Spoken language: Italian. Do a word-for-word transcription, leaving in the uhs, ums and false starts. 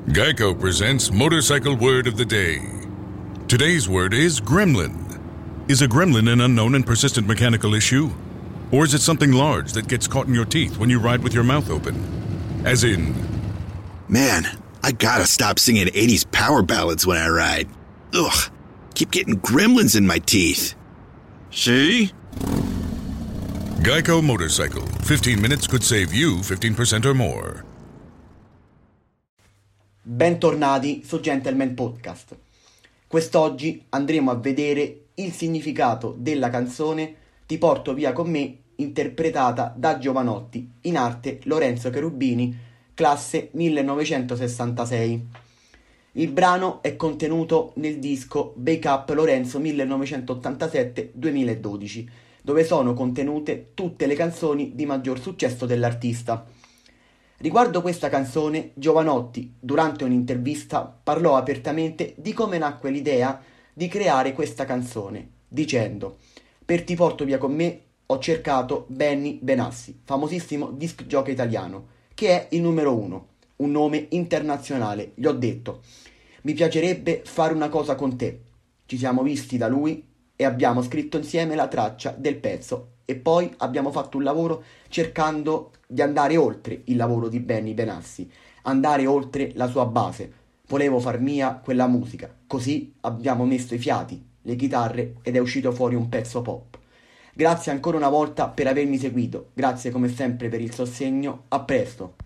Geico presents Motorcycle Word of the Day. Today's word is gremlin. Is a gremlin an unknown and persistent mechanical issue? Or is it something large that gets caught in your teeth when you ride with your mouth open? As in... Man, I gotta stop singing eighties power ballads when I ride. Ugh, keep getting gremlins in my teeth. See? Geico Motorcycle. fifteen minutes could save you fifteen percent or more. Bentornati su Gentleman Podcast. Quest'oggi andremo a vedere il significato della canzone Ti porto via con me, interpretata da Jovanotti, in arte Lorenzo Cherubini, classe millenovecentosessantasei. Il brano è contenuto nel disco Wake Up Lorenzo millenovecentottantasette duemiladodici, dove sono contenute tutte le canzoni di maggior successo dell'artista. Riguardo questa canzone, Jovanotti, durante un'intervista, parlò apertamente di come nacque l'idea di creare questa canzone, dicendo: per Ti porto via con me ho cercato Benny Benassi, famosissimo disc jockey italiano, che è il numero uno, un nome internazionale. Gli ho detto: mi piacerebbe fare una cosa con te. Ci siamo visti da lui e abbiamo scritto insieme la traccia del pezzo. E poi abbiamo fatto un lavoro cercando di andare oltre il lavoro di Benny Benassi, andare oltre la sua base. Volevo far mia quella musica, così abbiamo messo i fiati, le chitarre ed è uscito fuori un pezzo pop. Grazie ancora una volta per avermi seguito, grazie come sempre per il sostegno, a presto!